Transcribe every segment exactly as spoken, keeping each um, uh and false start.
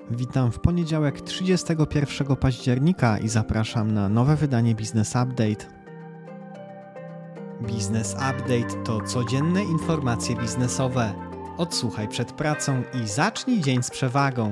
Witam w poniedziałek trzydziestego pierwszego października i zapraszam na nowe wydanie Business Update. Business Update to codzienne informacje biznesowe. Odsłuchaj przed pracą i zacznij dzień z przewagą.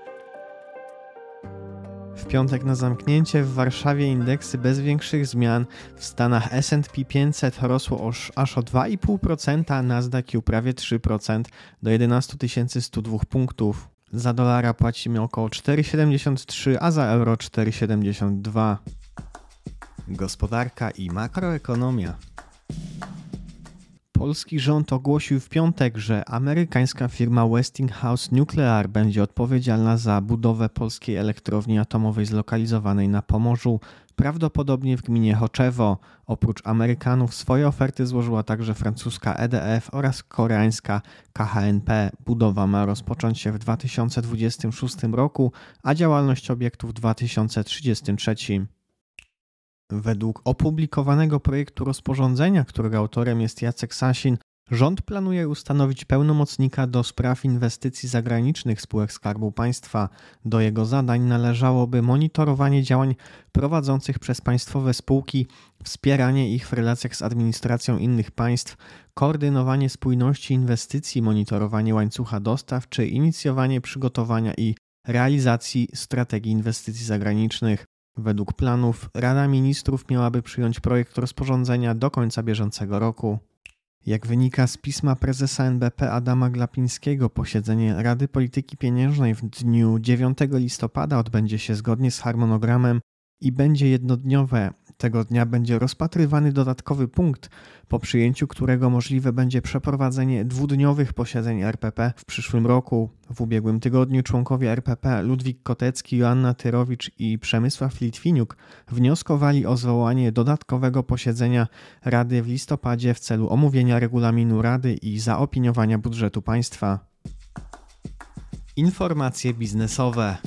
W piątek na zamknięcie w Warszawie indeksy bez większych zmian. W Stanach S and P pięćset rosło aż o dwa i pół procent, a Nasdaq prawie trzy procent do jedenaście tysięcy sto dwa punktów. Za dolara płacimy około cztery siedemdziesiąt trzy, a za euro cztery siedemdziesiąt dwa. Gospodarka i makroekonomia. Polski rząd ogłosił w piątek, że amerykańska firma Westinghouse Nuclear będzie odpowiedzialna za budowę polskiej elektrowni atomowej zlokalizowanej na Pomorzu, prawdopodobnie w gminie Choczewo. Oprócz Amerykanów swoje oferty złożyła także francuska E D F oraz koreańska K H N P. Budowa ma rozpocząć się w dwa tysiące dwudziestym szóstym roku, a działalność obiektu w dwa tysiące trzydziestym trzecim. Według opublikowanego projektu rozporządzenia, którego autorem jest Jacek Sasin, rząd planuje ustanowić pełnomocnika do spraw inwestycji zagranicznych spółek Skarbu Państwa. Do jego zadań należałoby monitorowanie działań prowadzących przez państwowe spółki, wspieranie ich w relacjach z administracją innych państw, koordynowanie spójności inwestycji, monitorowanie łańcucha dostaw czy inicjowanie przygotowania i realizacji strategii inwestycji zagranicznych. Według planów Rada Ministrów miałaby przyjąć projekt rozporządzenia do końca bieżącego roku. Jak wynika z pisma prezesa N B P Adama Glapińskiego, posiedzenie Rady Polityki Pieniężnej w dniu dziewiątego listopada odbędzie się zgodnie z harmonogramem i będzie jednodniowe. Tego dnia będzie rozpatrywany dodatkowy punkt, po przyjęciu którego możliwe będzie przeprowadzenie dwudniowych posiedzeń R P P w przyszłym roku. W ubiegłym tygodniu członkowie R P P Ludwik Kotecki, Joanna Tyrowicz i Przemysław Litwiniuk wnioskowali o zwołanie dodatkowego posiedzenia Rady w listopadzie w celu omówienia regulaminu Rady i zaopiniowania budżetu państwa. Informacje biznesowe.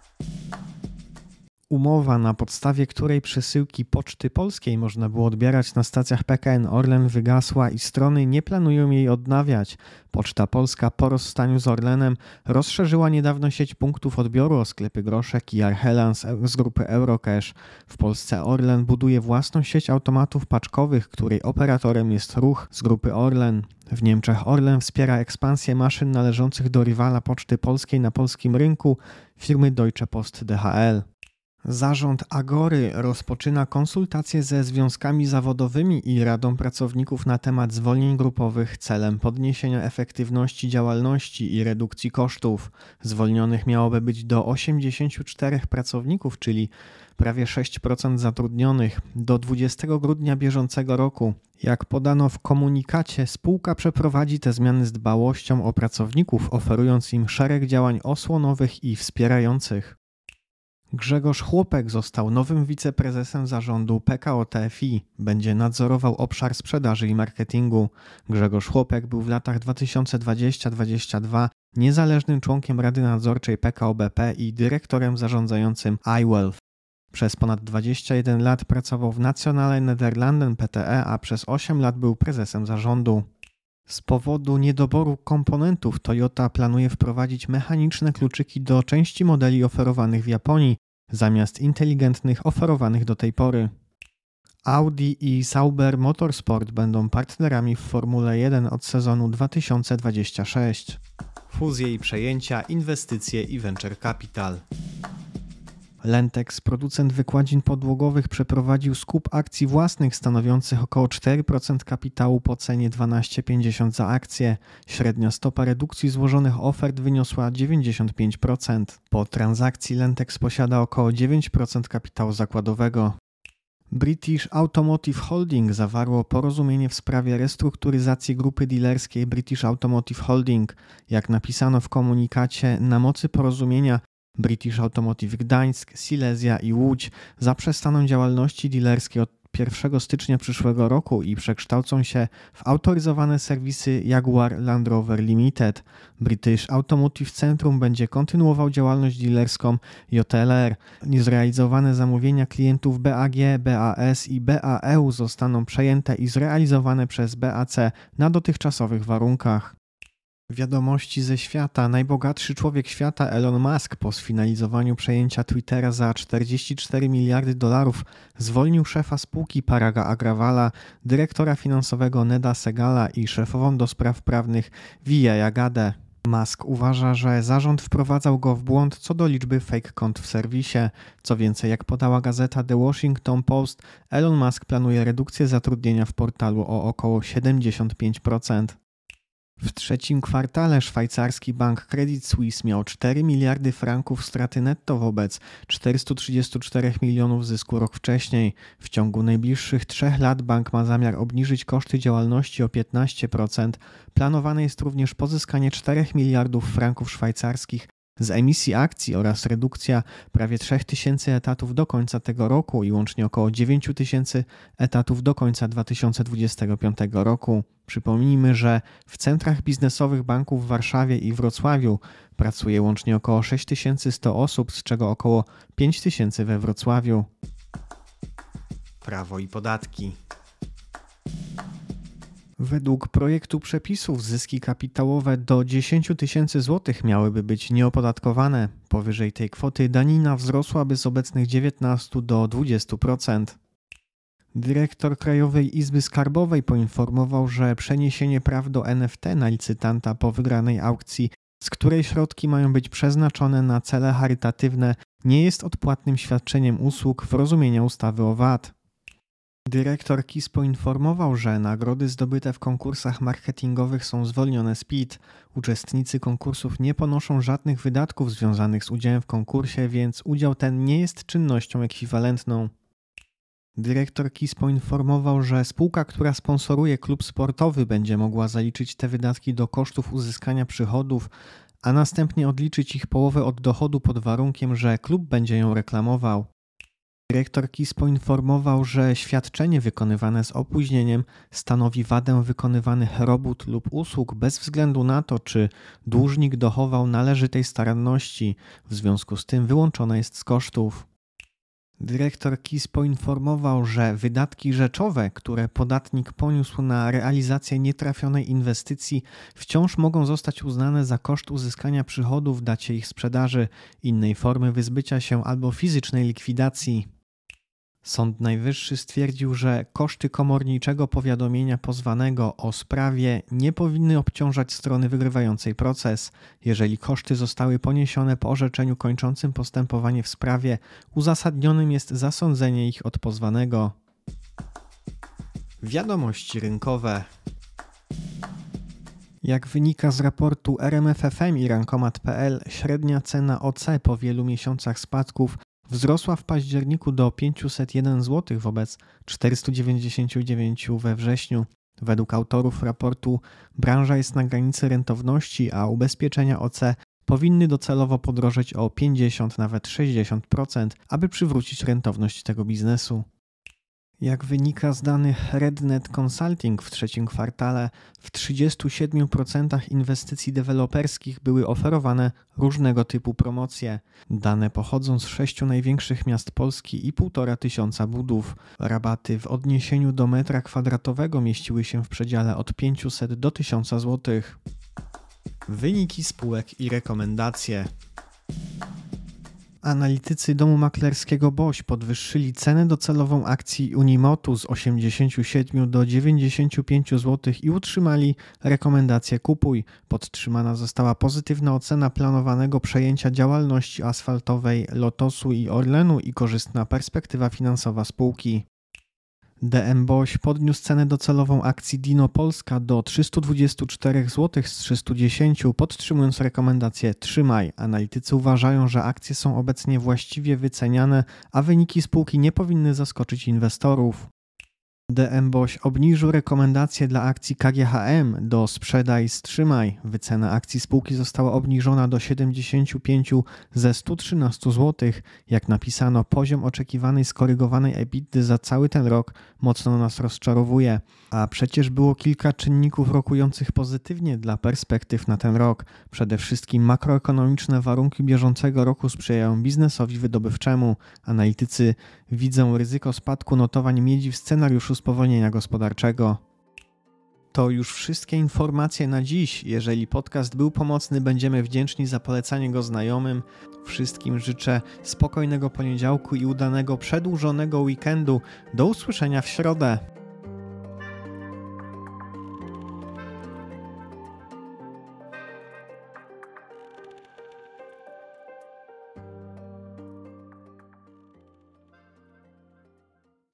Umowa, na podstawie której przesyłki Poczty Polskiej można było odbierać na stacjach P K N Orlen, wygasła i strony nie planują jej odnawiać. Poczta Polska po rozstaniu z Orlenem rozszerzyła niedawno sieć punktów odbioru o sklepy Groszek i Arhelans z grupy Eurocash. W Polsce Orlen buduje własną sieć automatów paczkowych, której operatorem jest Ruch z grupy Orlen. W Niemczech Orlen wspiera ekspansję maszyn należących do rywala Poczty Polskiej na polskim rynku, firmy Deutsche Post D H L. Zarząd Agory rozpoczyna konsultacje ze związkami zawodowymi i Radą Pracowników na temat zwolnień grupowych celem podniesienia efektywności działalności i redukcji kosztów. Zwolnionych miałoby być do osiemdziesięciu czterech pracowników, czyli prawie sześć procent zatrudnionych, do dwudziestego grudnia bieżącego roku. Jak podano w komunikacie, spółka przeprowadzi te zmiany z dbałością o pracowników, oferując im szereg działań osłonowych i wspierających. Grzegorz Chłopek został nowym wiceprezesem zarządu P K O T F I. Będzie nadzorował obszar sprzedaży i marketingu. Grzegorz Chłopek był w latach dwa tysiące dwudziestym do dwa tysiące dwudziestego niezależnym członkiem Rady Nadzorczej P K O B P i dyrektorem zarządzającym iWealth. Przez ponad dwadzieścia jeden lat pracował w Nationale Nederlanden P T E, a przez osiem lat był prezesem zarządu. Z powodu niedoboru komponentów Toyota planuje wprowadzić mechaniczne kluczyki do części modeli oferowanych w Japonii, zamiast inteligentnych oferowanych do tej pory. Audi i Sauber Motorsport będą partnerami w Formule jeden od sezonu dwa tysiące dwudziestego szóstego. Fuzje i przejęcia, inwestycje i venture capital. Lentex, producent wykładzin podłogowych, przeprowadził skup akcji własnych stanowiących około cztery procent kapitału po cenie dwanaście pięćdziesiąt za akcję. Średnia stopa redukcji złożonych ofert wyniosła dziewięćdziesiąt pięć procent. Po transakcji Lentex posiada około dziewięć procent kapitału zakładowego. British Automotive Holding zawarło porozumienie w sprawie restrukturyzacji grupy dealerskiej British Automotive Holding. Jak napisano w komunikacie, na mocy porozumienia British Automotive Gdańsk, Silesia i Łódź zaprzestaną działalności dealerskiej od pierwszego stycznia przyszłego roku i przekształcą się w autoryzowane serwisy Jaguar Land Rover Limited. British Automotive Centrum będzie kontynuował działalność dealerską J L R. Niezrealizowane zamówienia klientów B A G, B A S i B A E U zostaną przejęte i zrealizowane przez B A C na dotychczasowych warunkach. Wiadomości ze świata. Najbogatszy człowiek świata Elon Musk po sfinalizowaniu przejęcia Twittera za czterdzieści cztery miliardy dolarów zwolnił szefa spółki Paraga Agrawala, dyrektora finansowego Neda Segala i szefową do spraw prawnych Vijaya Gadde. Musk uważa, że zarząd wprowadzał go w błąd co do liczby fake kont w serwisie. Co więcej, jak podała gazeta The Washington Post, Elon Musk planuje redukcję zatrudnienia w portalu o około siedemdziesiąt pięć procent. W trzecim kwartale szwajcarski bank Credit Suisse miał cztery miliardy franków straty netto wobec czterystu trzydziestu czterech milionów zysku rok wcześniej. W ciągu najbliższych trzech lat bank ma zamiar obniżyć koszty działalności o piętnaście procent. Planowane jest również pozyskanie czterech miliardów franków szwajcarskich z emisji akcji oraz redukcja prawie trzech tysięcy etatów do końca tego roku i łącznie około dziewięć tysięcy etatów do końca dwa tysiące dwudziestego piątego roku. Przypomnijmy, że w centrach biznesowych banków w Warszawie i Wrocławiu pracuje łącznie około sześć tysięcy sto osób, z czego około pięć tysięcy we Wrocławiu. Prawo i podatki. Według projektu przepisów zyski kapitałowe do dziesięć tysięcy złotych miałyby być nieopodatkowane. Powyżej tej kwoty danina wzrosłaby z obecnych dziewiętnastu do dwudziestu procent. Dyrektor Krajowej Izby Skarbowej poinformował, że przeniesienie praw do N F T na licytanta po wygranej aukcji, z której środki mają być przeznaczone na cele charytatywne, nie jest odpłatnym świadczeniem usług w rozumieniu ustawy o V A T. Dyrektor K I S poinformował, że nagrody zdobyte w konkursach marketingowych są zwolnione z P I T. Uczestnicy konkursów nie ponoszą żadnych wydatków związanych z udziałem w konkursie, więc udział ten nie jest czynnością ekwiwalentną. Dyrektor K I S poinformował, że spółka, która sponsoruje klub sportowy, będzie mogła zaliczyć te wydatki do kosztów uzyskania przychodów, a następnie odliczyć ich połowę od dochodu pod warunkiem, że klub będzie ją reklamował. Dyrektor K I S poinformował, że świadczenie wykonywane z opóźnieniem stanowi wadę wykonywanych robót lub usług bez względu na to, czy dłużnik dochował należytej staranności, w związku z tym wyłączone jest z kosztów. Dyrektor K I S poinformował, że wydatki rzeczowe, które podatnik poniósł na realizację nietrafionej inwestycji, wciąż mogą zostać uznane za koszt uzyskania przychodu w dacie ich sprzedaży, innej formy wyzbycia się albo fizycznej likwidacji. Sąd Najwyższy stwierdził, że koszty komorniczego powiadomienia pozwanego o sprawie nie powinny obciążać strony wygrywającej proces. Jeżeli koszty zostały poniesione po orzeczeniu kończącym postępowanie w sprawie, uzasadnionym jest zasądzenie ich od pozwanego. Wiadomości rynkowe. Jak wynika z raportu R M F F M i Rankomat kropka P L, średnia cena O C po wielu miesiącach spadków wzrosła w październiku do pięćset jeden złotych wobec czterystu dziewięćdziesięciu dziewięciu we wrześniu. Według autorów raportu branża jest na granicy rentowności, a ubezpieczenia O C powinny docelowo podrożeć o pięćdziesiąt, nawet sześćdziesiąt procent, aby przywrócić rentowność tego biznesu. Jak wynika z danych RedNet Consulting w trzecim kwartale, w trzydziestu siedmiu procentach inwestycji deweloperskich były oferowane różnego typu promocje. Dane pochodzą z sześciu największych miast Polski i półtora tysiąca budów. Rabaty w odniesieniu do metra kwadratowego mieściły się w przedziale od pięciuset do tysiąca złotych. Wyniki spółek i rekomendacje. Analitycy domu maklerskiego Boś podwyższyli cenę docelową akcji Unimotu z osiemdziesięciu siedmiu do dziewięćdziesięciu pięciu złotych i utrzymali rekomendację kupuj. Podtrzymana została pozytywna ocena planowanego przejęcia działalności asfaltowej Lotosu i Orlenu i korzystna perspektywa finansowa spółki. D M Boś podniósł cenę docelową akcji Dino Polska do trzystu dwudziestu czterech złotych z trzystu dziesięciu, podtrzymując rekomendację trzymaj. Analitycy uważają, że akcje są obecnie właściwie wyceniane, a wyniki spółki nie powinny zaskoczyć inwestorów. D M Boś obniżył rekomendacje dla akcji K G H M do sprzedaj, wstrzymaj. Wycena akcji spółki została obniżona do siedemdziesięciu pięciu ze stu trzynastu złotych. Jak napisano, poziom oczekiwanej skorygowanej EBITDA za cały ten rok mocno nas rozczarowuje. A przecież było kilka czynników rokujących pozytywnie dla perspektyw na ten rok. Przede wszystkim makroekonomiczne warunki bieżącego roku sprzyjają biznesowi wydobywczemu. Analitycy widzą ryzyko spadku notowań miedzi w scenariuszu spowolnienia gospodarczego. To już wszystkie informacje na dziś. Jeżeli podcast był pomocny, będziemy wdzięczni za polecanie go znajomym. Wszystkim życzę spokojnego poniedziałku i udanego przedłużonego weekendu. Do usłyszenia w środę.